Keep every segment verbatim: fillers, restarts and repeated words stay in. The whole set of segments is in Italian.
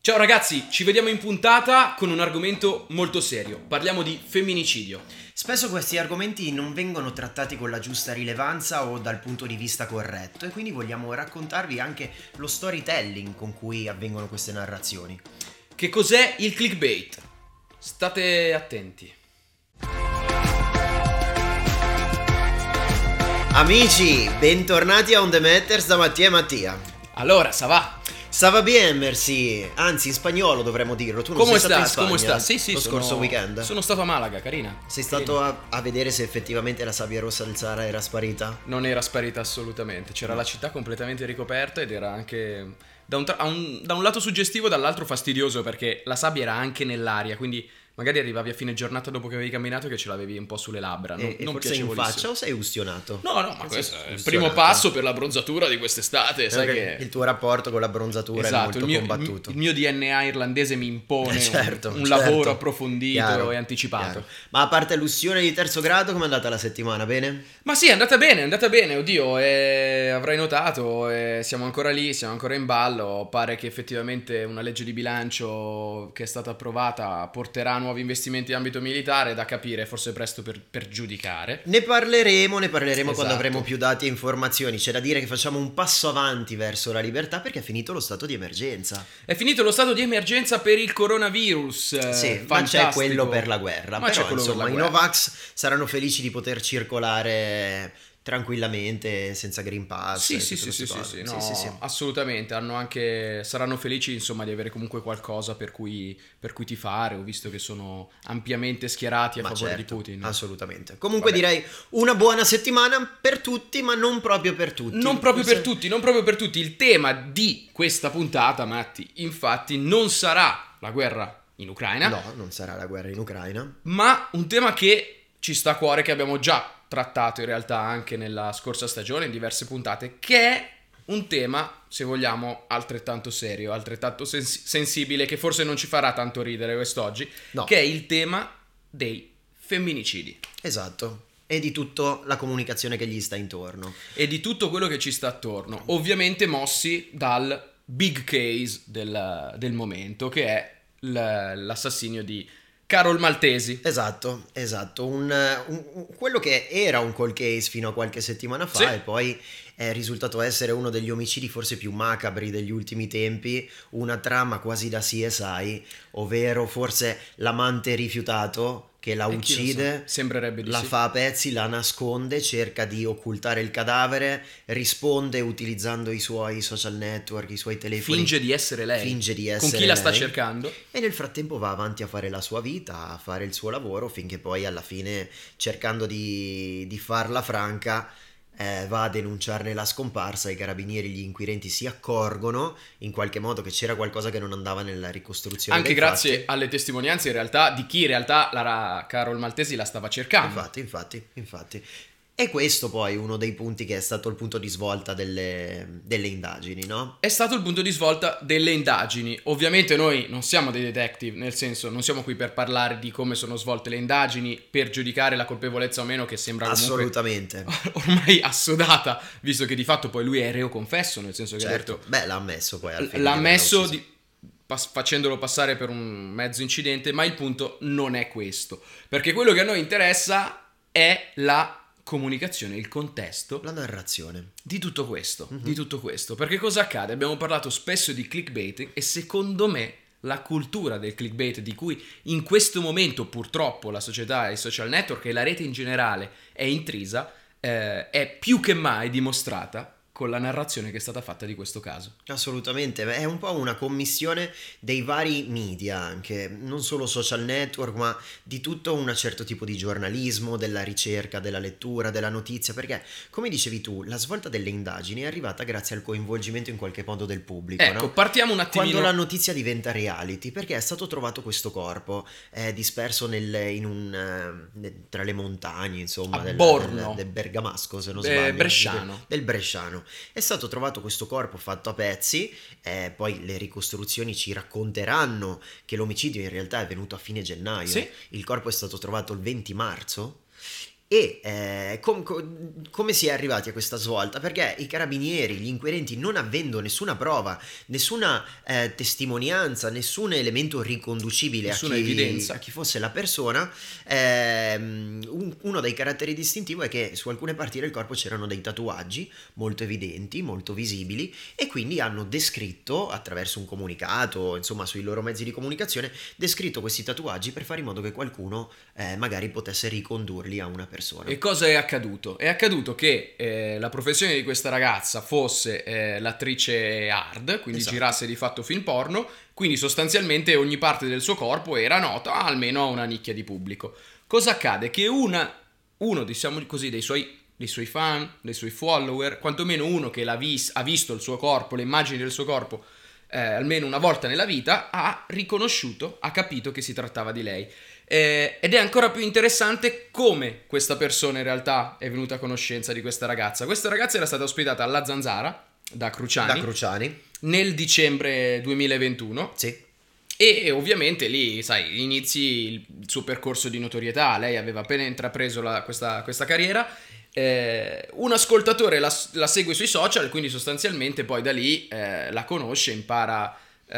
Ciao ragazzi, ci vediamo in puntata con un argomento molto serio. Parliamo di femminicidio. Spesso questi argomenti non vengono trattati con la giusta rilevanza o dal punto di vista corretto e quindi vogliamo raccontarvi anche lo storytelling con cui avvengono queste narrazioni. Che cos'è il clickbait? State attenti. Amici, bentornati a On The Matters da Mattia e Mattia. Allora, ça va? Ça va bien, merci. Anzi, in spagnolo dovremmo dirlo. Tu non Come sei stato in sta? Spagna Come sta? Sì, sì, lo sono- scorso weekend? Sono stato a Malaga, carina. Sei stato a, a vedere se effettivamente la sabbia rossa del Sahara era sparita? Non era sparita assolutamente, c'era la città completamente ricoperta ed era anche da un, tra- a un- da un lato suggestivo, dall'altro fastidioso perché la sabbia era anche nell'aria, quindi magari arrivavi a fine giornata dopo che avevi camminato che ce l'avevi un po' sulle labbra, non, E, e non forse in piacevolissimo. faccia o sei ustionato? No, no, ma Sei questo è il ustionato. primo passo per la bronzatura di quest'estate, sai Perché che... il tuo rapporto con la bronzatura Esatto, è molto il mio, combattuto. il mio D N A irlandese mi impone Eh, certo, un, un certo. lavoro approfondito Chiaro, e anticipato. chiaro. Ma a parte l'ustione di terzo grado, com'è andata la settimana? Bene? Ma sì, è andata bene, è andata bene, oddio, eh, avrai notato, eh, siamo ancora lì, siamo ancora in ballo, pare che effettivamente una legge di bilancio che è stata approvata porterà nuovi investimenti in ambito militare, da capire, forse presto per, per giudicare. Ne parleremo, ne parleremo Esatto. quando avremo più dati e informazioni. C'è da dire che facciamo un passo avanti verso la libertà perché è finito lo stato di emergenza. È finito lo stato di emergenza per il coronavirus, eh, Sì, ma fantastico. c'è quello per la guerra. Ma Però c'è quello per insomma la i guerra. Novax saranno felici di poter circolare tranquillamente senza Green Pass. Sì, e sì, tutte sì, sì, queste sì, cose. no, Sì, sì, sì. assolutamente, hanno anche, saranno felici insomma di avere comunque qualcosa per cui, per cui tifare, ho visto che sono ampiamente schierati a Ma favore certo, di Putin. assolutamente. Comunque Vabbè. direi una buona settimana per tutti, ma non proprio per tutti. Non proprio Forse- per tutti, non proprio per tutti. Il tema di questa puntata, Matti, infatti, non sarà la guerra in Ucraina, No, non sarà la guerra in Ucraina. ma un tema che ci sta a cuore, che abbiamo già trattato in realtà anche nella scorsa stagione, in diverse puntate, che è un tema, se vogliamo, altrettanto serio, altrettanto sens- sensibile, che forse non ci farà tanto ridere quest'oggi, No. che è il tema dei femminicidi Esatto. E di tutta la comunicazione che gli sta intorno. e di tutto quello che ci sta attorno, ovviamente mossi dal big case del, del momento, che è l- l'assassinio di Carol Maltesi. Esatto, esatto. Un, un- un- quello che era un cold case fino a qualche settimana fa Sì. e poi è risultato essere uno degli omicidi forse più macabri degli ultimi tempi, una trama quasi da C S I, ovvero forse l'amante rifiutato che la E chi lo uccide, sa? Sembrerebbe di la sì. fa a pezzi, la nasconde, cerca di occultare il cadavere, risponde utilizzando i suoi social network, i suoi telefoni. Finge di essere lei. Finge di Con essere chi la sta lei. cercando? E nel frattempo va avanti a fare la sua vita, a fare il suo lavoro, finché poi alla fine, cercando di, di farla franca, eh, va a denunciarne la scomparsa. I carabinieri, gli inquirenti si accorgono in qualche modo che c'era qualcosa che non andava nella ricostruzione Anche dei grazie fatti. alle testimonianze in realtà di chi in realtà la Ra- Carol Maltesi la stava cercando. Infatti, infatti, infatti. E questo poi uno dei punti che è stato il punto di svolta delle, delle indagini, no? È stato il punto di svolta delle indagini. Ovviamente noi non siamo dei detective, nel senso non siamo qui per parlare di come sono svolte le indagini, per giudicare la colpevolezza o meno, che sembra comunque Assolutamente. ormai assodata, visto che di fatto poi lui è reo confesso, nel senso che ha Certo. detto Beh, l'ha ammesso poi alla fine. l'ha che aveva ammesso ucciso. di- pas- facendolo passare per un mezzo incidente, ma il punto non è questo, perché quello che a noi interessa è la comunicazione, il contesto La narrazione. di tutto questo, Mhm. di tutto questo, perché cosa accade? Abbiamo parlato spesso di clickbait e secondo me la cultura del clickbait, di cui in questo momento purtroppo la società e i social network e la rete in generale è intrisa, eh, è più che mai dimostrata con la narrazione che è stata fatta di questo caso. Assolutamente, è un po' una commissione dei vari media anche, non solo social network, ma di tutto un certo tipo di giornalismo, della ricerca, della lettura, della notizia, perché come dicevi tu, la svolta delle indagini è arrivata grazie al coinvolgimento in qualche modo del pubblico, Ecco, no? partiamo un attimino... Quando la notizia diventa reality, perché è stato trovato questo corpo eh, disperso nel, in un, eh, ne- tra le montagne, insomma, A del, Borno. del- del Bergamasco, se non Eh, sbaglio, bresciano. del Bresciano. È stato trovato questo corpo fatto a pezzi, eh, poi le ricostruzioni ci racconteranno che l'omicidio in realtà è venuto a fine gennaio. Sì. Il corpo è stato trovato il venti marzo E eh, com- com- come si è arrivati a questa svolta? Perché i carabinieri, gli inquirenti, non avendo nessuna prova, nessuna eh, testimonianza, nessun elemento riconducibile a Nessuna chi, evidenza. a chi fosse la persona, ehm, un- uno dei caratteri distintivi è che su alcune parti del corpo c'erano dei tatuaggi molto evidenti, molto visibili, e quindi hanno descritto, attraverso un comunicato, insomma sui loro mezzi di comunicazione, descritto questi tatuaggi per fare in modo che qualcuno eh, magari potesse ricondurli a una persona. E cosa è accaduto? È accaduto che eh, la professione di questa ragazza fosse eh, l'attrice hard, quindi Esatto. girasse di fatto film porno, quindi sostanzialmente ogni parte del suo corpo era nota almeno a una nicchia di pubblico. Cosa accade? Che una, uno, diciamo così, dei suoi, dei suoi fan, dei suoi follower, quantomeno uno che l'ha vis- ha visto il suo corpo, le immagini del suo corpo, eh, almeno una volta nella vita, ha riconosciuto, ha capito che si trattava di lei. Eh, ed è ancora più interessante come questa persona in realtà è venuta a conoscenza di questa ragazza. Questa ragazza era stata ospitata alla Zanzara da Cruciani, Da Cruciani. nel dicembre duemilaventuno. Sì. E ovviamente lì, sai, inizi il suo percorso di notorietà. Lei aveva appena intrapreso la- questa, questa carriera. Eh, un ascoltatore la, la segue sui social, quindi sostanzialmente poi da lì eh, la conosce, impara eh,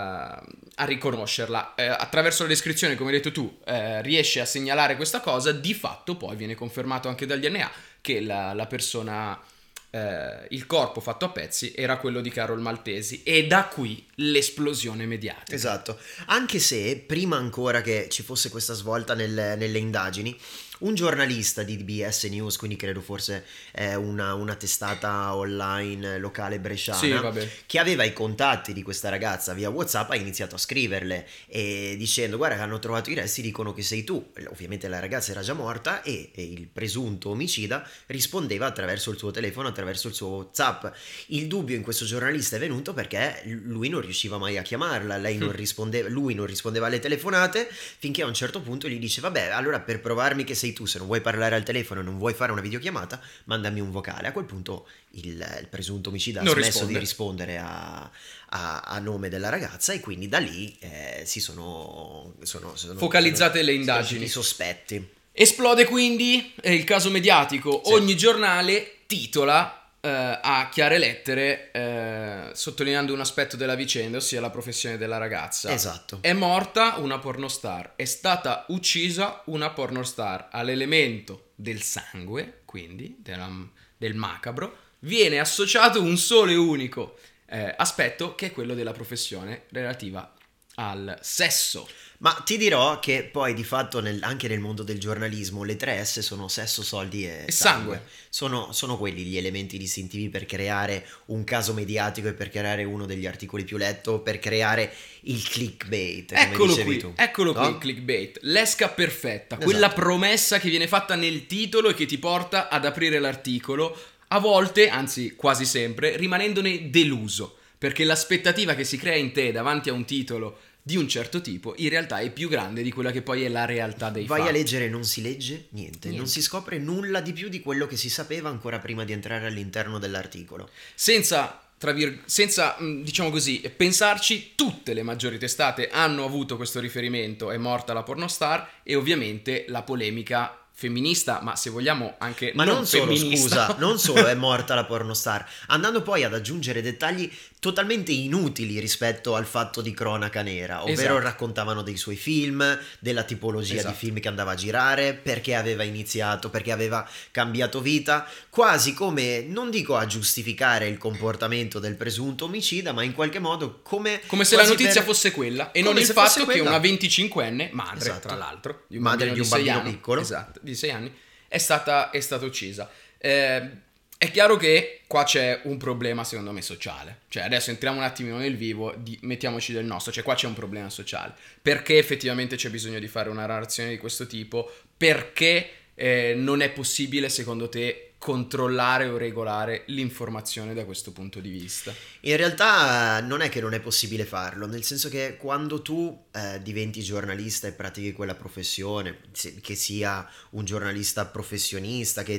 a riconoscerla. Eh, attraverso la descrizione, come hai detto tu, eh, riesce a segnalare questa cosa. Di fatto poi viene confermato anche dal D N A che la, la persona... Eh, il corpo fatto a pezzi era quello di Carol Maltesi, e da qui l'esplosione mediatica. Esatto, anche se prima ancora che ci fosse questa svolta nel- nelle indagini, un giornalista di D B S News, quindi credo forse eh, una, una testata online locale bresciana, Sì, vabbè. che aveva i contatti di questa ragazza via WhatsApp, ha iniziato a scriverle e dicendo: guarda che hanno trovato i resti, dicono che sei tu. Ovviamente la ragazza era già morta e, e il presunto omicida rispondeva attraverso il suo telefono, attraverso il suo WhatsApp. Il dubbio in questo giornalista è venuto perché lui non riusciva mai a chiamarla, lei non rispondeva, lui non rispondeva alle telefonate, finché a un certo punto gli dice: vabbè, allora per provarmi che sei tu, se non vuoi parlare al telefono e non vuoi fare una videochiamata, mandami un vocale. A quel punto il, il presunto omicida ha Non smesso risponde. di rispondere a, a, a nome della ragazza, e quindi da lì eh, si sono, sono, sono Focalizzate sono- le sono indagini. usciti i sospetti. Esplode quindi eh, il caso mediatico. Sì. Ogni giornale titola eh, a chiare lettere, eh, sottolineando un aspetto della vicenda, ossia la professione della ragazza. Esatto. È morta una pornostar, è stata uccisa una pornostar. All'elemento del sangue, quindi della- del macabro, viene associato un solo e unico eh, aspetto, che è quello della professione relativa al sesso. Ma ti dirò che poi di fatto nel- anche nel mondo del giornalismo le tre S sono sesso, soldi e, E sangue. Sono, sono quelli gli elementi distintivi per creare un caso mediatico e per creare uno degli articoli più letto, per creare il clickbait, come Eccolo dicevi qui, tu. eccolo qui No? il clickbait, l'esca perfetta, Esatto. quella promessa che viene fatta nel titolo e che ti porta ad aprire l'articolo, a volte, anzi quasi sempre, rimanendone deluso, perché l'aspettativa che si crea in te davanti a un titolo di un certo tipo in realtà è più grande di quella che poi è la realtà dei Vai fatti. a leggere, non si legge niente, Niente. non si scopre nulla di più di quello che si sapeva ancora prima di entrare all'interno dell'articolo. Senza, tra vir- senza mh, diciamo così, pensarci, tutte le maggiori testate hanno avuto questo riferimento: è morta la pornostar, e ovviamente la polemica femminista, ma se vogliamo anche Ma non, non solo, femminista. scusa, non solo è morta la pornostar, andando poi ad aggiungere dettagli totalmente inutili rispetto al fatto di cronaca nera, ovvero Esatto. raccontavano dei suoi film, della tipologia Esatto. di film che andava a girare, perché aveva iniziato, perché aveva cambiato vita, quasi come, non dico a giustificare il comportamento del presunto omicida, ma in qualche modo come... Come se la quasi notizia per- fosse quella, e come non il se fosse fatto che quella. una venticinquenne, madre Esatto. tra l'altro, di un Madre bambino di un sei bambino anni, piccolo. esatto, di sei anni, è stata, è stata uccisa. Eh, è chiaro che qua c'è un problema, secondo me, sociale. Cioè, adesso entriamo un attimino nel vivo, di- mettiamoci del nostro. Cioè, qua c'è un problema sociale. Perché effettivamente c'è bisogno di fare una narrazione di questo tipo? Perché eh, non è possibile, secondo te, controllare o regolare l'informazione da questo punto di vista? In realtà eh, non è che non è possibile farlo, nel senso che quando tu eh, diventi giornalista e pratichi quella professione, se- che sia un giornalista professionista, che, che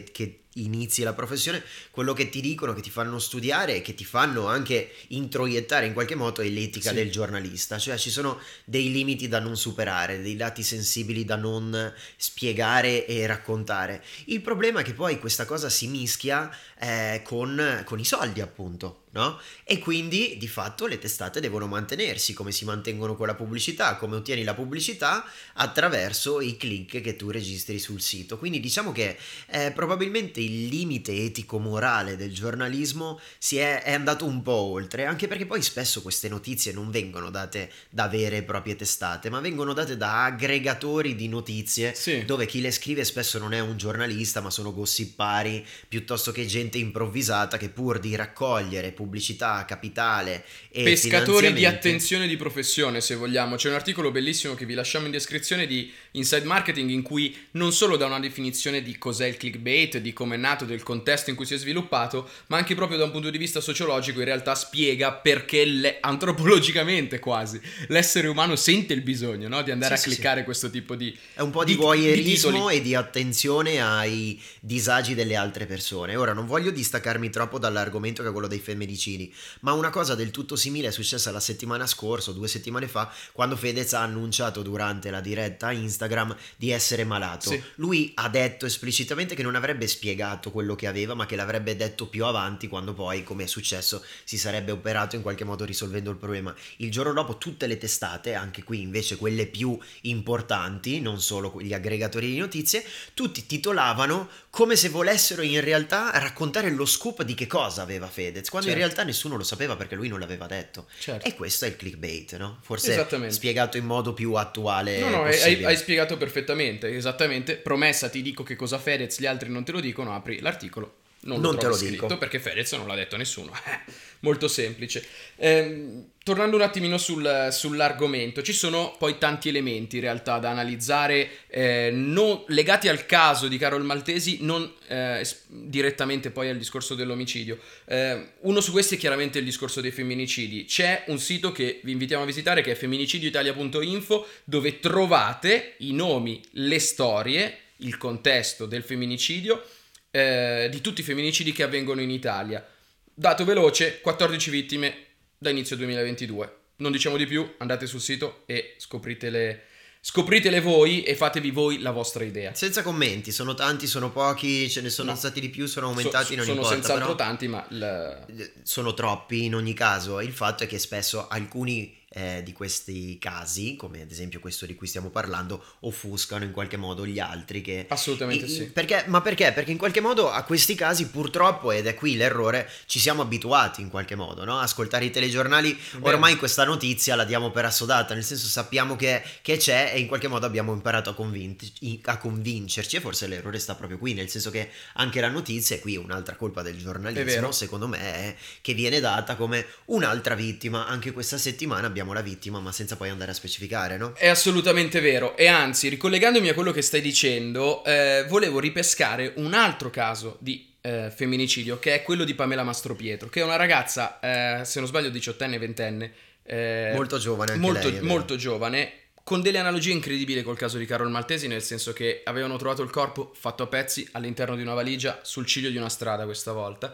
inizi la professione, quello che ti dicono, che ti fanno studiare e che ti fanno anche introiettare in qualche modo è l'etica Sì. del giornalista, cioè ci sono dei limiti da non superare, dei lati sensibili da non spiegare e raccontare. Il problema è che poi questa cosa si mischia eh, con, con i soldi, appunto, no? E quindi di fatto le testate devono mantenersi, come si mantengono con la pubblicità, come ottieni la pubblicità attraverso i click che tu registri sul sito. Quindi diciamo che eh, probabilmente il limite etico-morale del giornalismo si è, è andato un po' oltre, anche perché poi spesso queste notizie non vengono date da vere e proprie testate, ma vengono date da aggregatori di notizie, Sì. dove chi le scrive spesso non è un giornalista, ma sono gossipari, piuttosto che gente improvvisata che pur di raccogliere pubblicità, capitale e Pescatori di finanziamenti. attenzione di professione, se vogliamo. C'è un articolo bellissimo che vi lasciamo in descrizione di Inside Marketing, in cui non solo dà una definizione di cos'è il clickbait, di come è nato, del contesto in cui si è sviluppato, ma anche proprio da un punto di vista sociologico in realtà spiega perché le- antropologicamente quasi l'essere umano sente il bisogno, no? Di andare Sì, a sì, cliccare questo tipo di È un po' di di- di voyeurismo titoli. e di attenzione ai disagi delle altre persone. Ora, non voglio distaccarmi troppo dall'argomento che è quello dei femminicidi, ma una cosa del tutto simile è successa la settimana scorsa o due settimane fa, quando Fedez ha annunciato durante la diretta Instagram di essere malato. Sì. Lui ha detto esplicitamente che non avrebbe spiegato quello che aveva, ma che l'avrebbe detto più avanti, quando poi, come è successo, si sarebbe operato in qualche modo risolvendo il problema. Il giorno dopo tutte le testate, anche qui invece quelle più importanti, non solo gli aggregatori di notizie, tutti titolavano come se volessero in realtà raccontare lo scoop di che cosa aveva Fedez, quando Certo. in realtà nessuno lo sapeva perché lui non l'aveva detto. Certo. E questo è il clickbait, no? Forse Esattamente. spiegato in modo più attuale No, no, hai, possibile. hai spiegato perfettamente, esattamente. Promessa, ti dico che cosa Fedez, gli altri non te lo dicono, apri l'articolo, non, Non lo te trovi lo scritto dico. perché Fedez non l'ha detto a nessuno. Molto semplice. Ehm, tornando un attimino sul- sull'argomento, ci sono poi tanti elementi in realtà da analizzare, eh, non- legati al caso di Carol Maltesi, non eh, es- direttamente poi al discorso dell'omicidio. Eh, uno su questi è chiaramente il discorso dei femminicidi. C'è un sito che vi invitiamo a visitare, che è femminicidioitalia punto info, dove trovate i nomi, le storie, il contesto del femminicidio, eh, di tutti i femminicidi che avvengono in Italia. Dato veloce, quattordici vittime da inizio duemilaventidue. Non diciamo di più, andate sul sito e scopritele, scopritele voi e fatevi voi la vostra idea. Senza commenti, sono tanti, sono pochi, ce ne sono No. stati di più, sono So- aumentati, non sono importa, senz'altro però tanti, ma il- sono troppi in ogni caso. Il fatto è che spesso alcuni eh, di questi casi, come ad esempio questo di cui stiamo parlando, offuscano in qualche modo gli altri che... assolutamente I- sì. Perché, ma perché? Perché in qualche modo a questi casi purtroppo, ed è qui l'errore, ci siamo abituati in qualche modo, no? Ascoltare i telegiornali, Vero. ormai questa notizia la diamo per assodata, nel senso sappiamo che, che c'è e in qualche modo abbiamo imparato a, convinci- a convincerci, e forse l'errore sta proprio qui, nel senso che anche la notizia, e qui un'altra colpa del È vero. giornalismo, secondo me, è che viene data come un'altra vittima. Anche questa settimana abbiamo la vittima, ma senza poi andare a specificare, no? È assolutamente vero, e anzi, ricollegandomi a quello che stai dicendo, eh, volevo ripescare un altro caso di eh, femminicidio, che è quello di Pamela Mastropietro, che è una ragazza, eh, se non sbaglio diciottenne, ventenne, eh, Molto giovane anche molto, lei, è vero. molto giovane, con delle analogie incredibili col caso di Carol Maltesi, nel senso che avevano trovato il corpo fatto a pezzi all'interno di una valigia sul ciglio di una strada questa volta.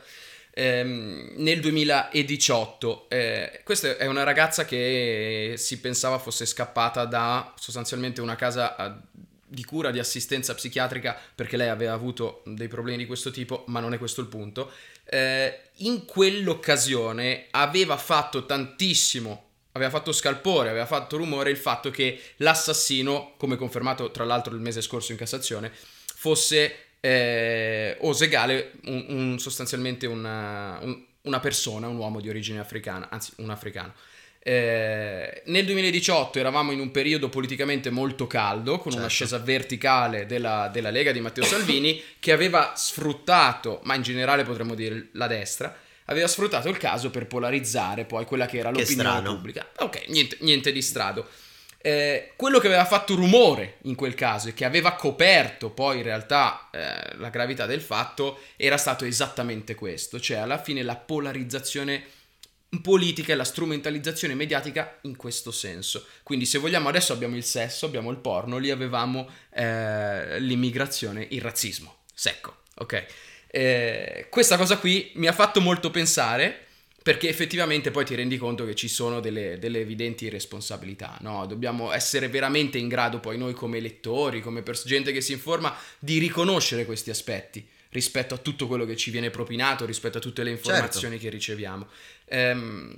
Ehm, nel duemiladiciotto, eh, questa è una ragazza che si pensava fosse scappata da sostanzialmente una casa eh, di cura, di assistenza psichiatrica, perché lei aveva avuto dei problemi di questo tipo, ma non è questo il punto. Eh, in quell'occasione aveva fatto tantissimo, aveva fatto scalpore, aveva fatto rumore il fatto che l'assassino, come confermato tra l'altro il mese scorso in Cassazione, fosse eh, Osegale, un, un, sostanzialmente una, un, una persona, un uomo di origine africana, anzi un africano. Eh, nel duemiladiciotto eravamo in un periodo politicamente molto caldo, con Certo. un'ascesa verticale della, della Lega di Matteo Salvini, che aveva sfruttato, ma in generale potremmo dire la destra, aveva sfruttato il caso per polarizzare poi quella che era Che l'opinione strano. pubblica. Ok, niente, niente di strado. Eh, quello che aveva fatto rumore in quel caso e che aveva coperto poi in realtà eh, la gravità del fatto era stato esattamente questo, cioè alla fine la polarizzazione politica e la strumentalizzazione mediatica in questo senso. Quindi se vogliamo adesso abbiamo il sesso, abbiamo il porno, lì avevamo eh, l'immigrazione, il razzismo secco, ok? Eh, questa cosa qui mi ha fatto molto pensare, perché effettivamente poi ti rendi conto che ci sono delle, delle evidenti responsabilità, no? Dobbiamo essere veramente in grado poi noi come lettori, come pers- gente che si informa, di riconoscere questi aspetti rispetto a tutto quello che ci viene propinato, rispetto a tutte le informazioni Certo. che riceviamo. Ehm,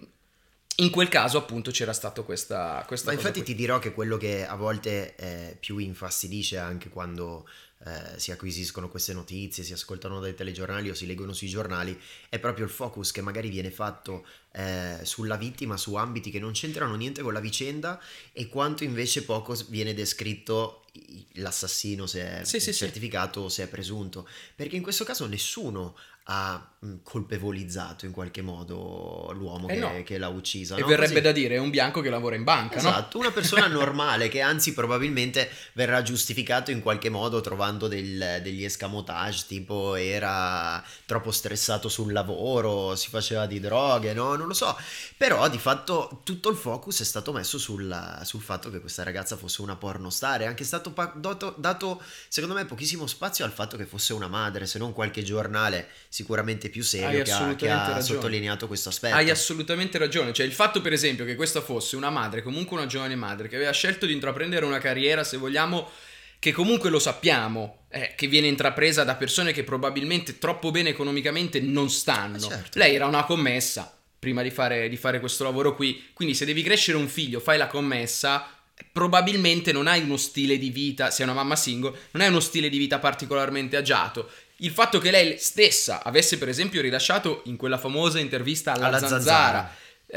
in quel caso appunto c'era stato questa, questa Ma cosa infatti qui. ti dirò che quello che a volte eh, più infastidisce anche quando eh, si acquisiscono queste notizie, si ascoltano dai telegiornali o si leggono sui giornali, è proprio il focus che magari viene fatto eh, sulla vittima, su ambiti che non c'entrano niente con la vicenda, e quanto invece poco s- viene descritto i- l'assassino, se è Sì, sì, sì. certificato o se è presunto, perché in questo caso nessuno ha mh, colpevolizzato in qualche modo l'uomo Eh che, no. che l'ha uccisa, E no? verrebbe Così. da dire, è un bianco che lavora in banca, no? Esatto, una persona normale che anzi probabilmente verrà giustificato in qualche modo trovando del- degli escamotage, tipo era troppo stressato sul lavoro, si faceva di droghe, no? Non lo so, però di fatto tutto il focus è stato messo sul, sul fatto che questa ragazza fosse una pornostar, è anche stato pa- dato, dato secondo me pochissimo spazio al fatto che fosse una madre, se non qualche giornale sicuramente più Hai serio che ha, che assolutamente ha ragione. sottolineato questo Hai aspetto. assolutamente ragione, cioè il fatto per esempio che questa fosse una madre, comunque una giovane madre, che aveva scelto di intraprendere una carriera, se vogliamo, che comunque lo sappiamo, eh, che viene intrapresa da persone che probabilmente troppo bene economicamente non stanno. Eh, certo. Lei era una commessa prima di fare, di fare questo lavoro qui, quindi se devi crescere un figlio, fai la commessa, probabilmente non hai uno stile di vita, sei una mamma single, non hai uno stile di vita particolarmente agiato. Il fatto che lei stessa avesse per esempio rilasciato in quella famosa intervista alla, Alla Zanzara, Zanzara.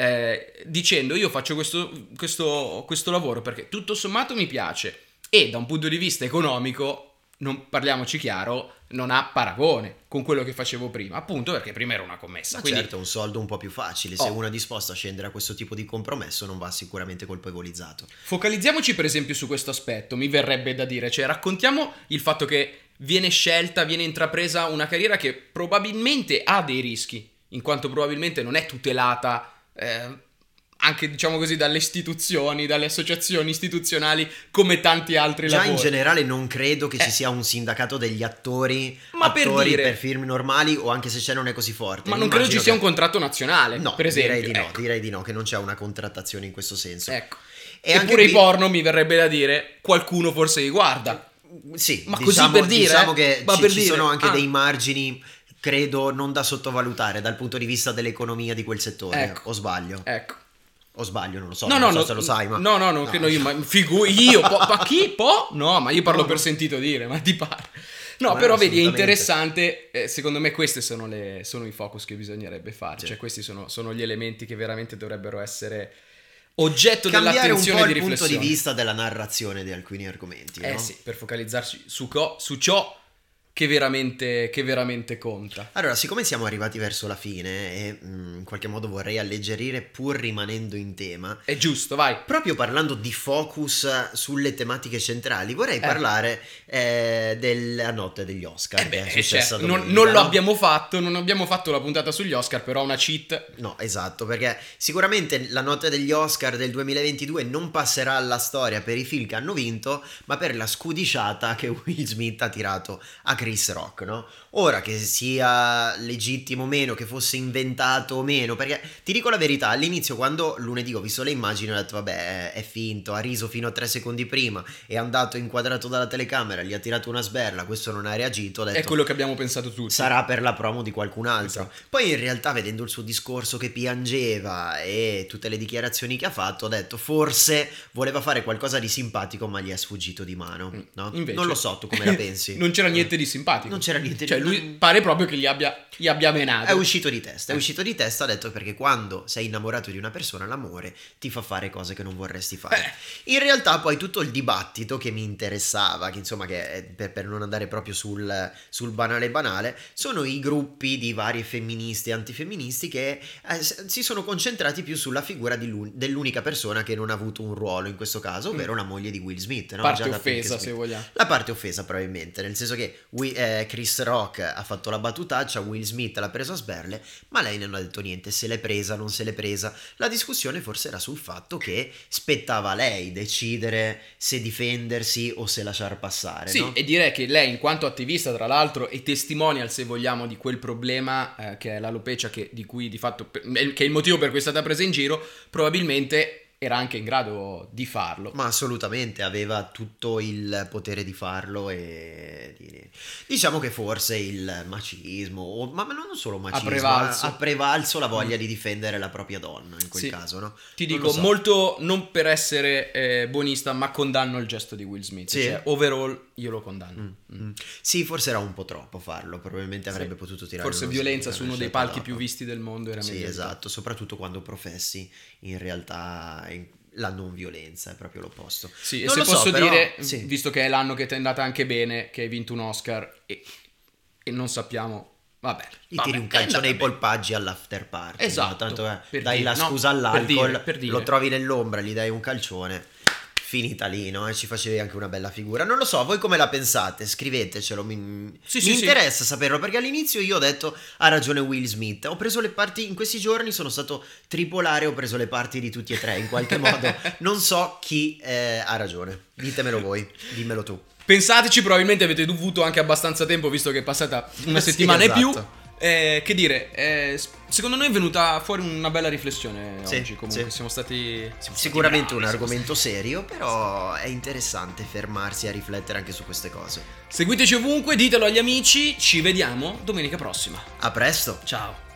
eh, dicendo io faccio questo, questo, questo lavoro perché tutto sommato mi piace e da un punto di vista economico, non parliamoci chiaro, non ha paragone con quello che facevo prima, appunto perché prima era una commessa. Ma Quindi, certo, è un soldo un po' più facile. Se Oh. uno è disposto a scendere a questo tipo di compromesso, non va sicuramente colpevolizzato. focalizziamoci per esempio su questo aspetto, mi verrebbe da dire, cioè raccontiamo il fatto che viene scelta, viene intrapresa una carriera che probabilmente ha dei rischi, in quanto probabilmente non è tutelata eh, anche diciamo così dalle istituzioni, dalle associazioni istituzionali come tanti altri Già lavori. in generale non credo che Eh. ci sia un sindacato degli attori, Ma per attori dire- per film normali, o anche se c'è non è così forte. Ma Mi non credo ci immagino sia che- un contratto nazionale, No, per esempio. direi di no, Ecco. direi di no, che non c'è una contrattazione in questo senso. Ecco. E anche Eppure i qui- porno mi verrebbe da dire, qualcuno forse li guarda. Sì, Ma così diciamo, per dire, diciamo eh? che Ma ci, per ci dire, sono anche ah. dei margini, credo, non da sottovalutare dal punto di vista dell'economia di quel settore, Ecco. o sbaglio? Ecco. O sbaglio, non lo so, No, non no, so no, se lo sai, ma... no, no, no, che no, io, ma figu- io, po- ma chi, po? No, ma io parlo No, per no. sentito dire, ma ti pare. No, Ma però no, vedi, è assolutamente. interessante, eh, secondo me questi sono, le, sono i focus che bisognerebbe fare, Sì. cioè questi sono, sono gli elementi che veramente dovrebbero essere oggetto Cambiare un dell'attenzione po' e il di punto di riflessione. vista della narrazione di alcuni argomenti, Eh no? sì, per focalizzarci su, co- su ciò che veramente, che veramente conta. Allora, siccome siamo arrivati verso la fine e mm, in qualche modo vorrei alleggerire pur rimanendo in tema, È giusto, vai. proprio parlando di focus sulle tematiche centrali, vorrei Eh. parlare eh, della notte degli Oscar, Eh beh, che è successa certo, non, domenica, non lo no? abbiamo fatto, non abbiamo fatto la puntata sugli Oscar, però una cheat. No, esatto, perché sicuramente la notte degli Oscar del duemilaventidue non passerà alla storia per i film che hanno vinto, ma per la scudiciata che Will Smith ha tirato a Chris Rock, no? Ora, che sia legittimo o meno, che fosse inventato o meno, perché ti dico la verità, all'inizio quando lunedì ho visto le immagini ho detto vabbè è finto, ha riso fino a tre secondi prima, è andato inquadrato dalla telecamera, gli ha tirato una sberla, questo non ha reagito, ho detto È quello che abbiamo pensato tutti. sarà per la promo di qualcun altro. Esatto. Poi in realtà vedendo il suo discorso che piangeva e tutte le dichiarazioni che ha fatto ho detto forse voleva fare qualcosa di simpatico ma gli è sfuggito di mano, no? Invece- Non lo so, tu come la pensi? Non c'era niente di simpatico. Non c'era niente di- Cioè, lui non- pare proprio che gli abbia, gli abbia menato. È uscito di testa, è Eh. uscito di testa, ha detto perché quando sei innamorato di una persona l'amore ti fa fare cose che non vorresti fare. In realtà poi tutto il dibattito che mi interessava, che insomma che è- per, per non andare proprio sul, sul banale banale, sono i gruppi di varie femministi e antifemministi che eh, s- si sono concentrati più sulla figura di l'un- dell'unica persona che non ha avuto un ruolo in questo caso, ovvero la moglie di Will Smith, no? Parte Jada offesa, Pinkett se Smith. vogliamo. La parte offesa probabilmente, nel senso che Wi- eh, Chris Rock Rock ha fatto la battutaccia, Will Smith l'ha preso a sberle, ma lei non ha detto niente, se l'è presa, non se l'è presa. La discussione forse era sul fatto che spettava a lei decidere se difendersi o se lasciar passare. Sì, no? E direi che lei, in quanto attivista, tra l'altro, e testimonial, se vogliamo, di quel problema eh, che è l'alopecia, che, di cui di fatto, che è il motivo per cui è stata presa in giro, probabilmente era anche in grado di farlo. Ma assolutamente, aveva tutto il potere di farlo e di- diciamo che forse il macismo, o- ma non solo macismo, Ha prevalso. ha, ha prevalso la voglia di difendere la propria donna in quel Sì. caso, no? Ti Non dico, lo so. molto, non per essere eh, buonista, ma condanno il gesto di Will Smith. Sì. Cioè, overall, io lo condanno. Mm. Mm. Sì, forse era un po' troppo farlo, probabilmente avrebbe Sì. potuto tirare Forse uno violenza sguardo, su uno una dei scelta palchi dopo. più visti del mondo era Sì, meglio. esatto, soprattutto quando professi in realtà in- la non violenza, è proprio l'opposto. Sì, e Non se lo so, posso però- dire, sì. visto che è l'anno che ti è andata anche bene, che hai vinto un Oscar e, e non sappiamo, vabbè. Gli vabbè, tiri un è calcio andata nei bene. polpaggi all'after party. Esatto, no? Tanto è, per dai dire, la no, scusa per all'alcol, dire, per dire. lo trovi nell'ombra, gli dai un calcione, finita lì, no? E ci facevi anche una bella figura. Non lo so, voi come la pensate? Scrivetecelo, mi, Sì, mi sì, sì. interessa saperlo, perché all'inizio io ho detto ha ragione Will Smith. Ho preso le parti, in questi giorni sono stato tripolare, ho preso le parti di tutti e tre, in qualche modo. Non so chi eh, ha ragione. Ditemelo voi, dimmelo tu. Pensateci, probabilmente avete dovuto anche abbastanza tempo, visto che è passata una Sì, settimana esatto. e più. Eh, che dire, eh, s- secondo noi è venuta fuori una bella riflessione Sì, oggi. Comunque sì. siamo stati siamo stati Sicuramente bravi, un siamo argomento serio, però è interessante fermarsi a riflettere anche su queste cose. stati- Seguiteci ovunque, ditelo agli amici. Ci vediamo domenica prossima. A presto! Ciao.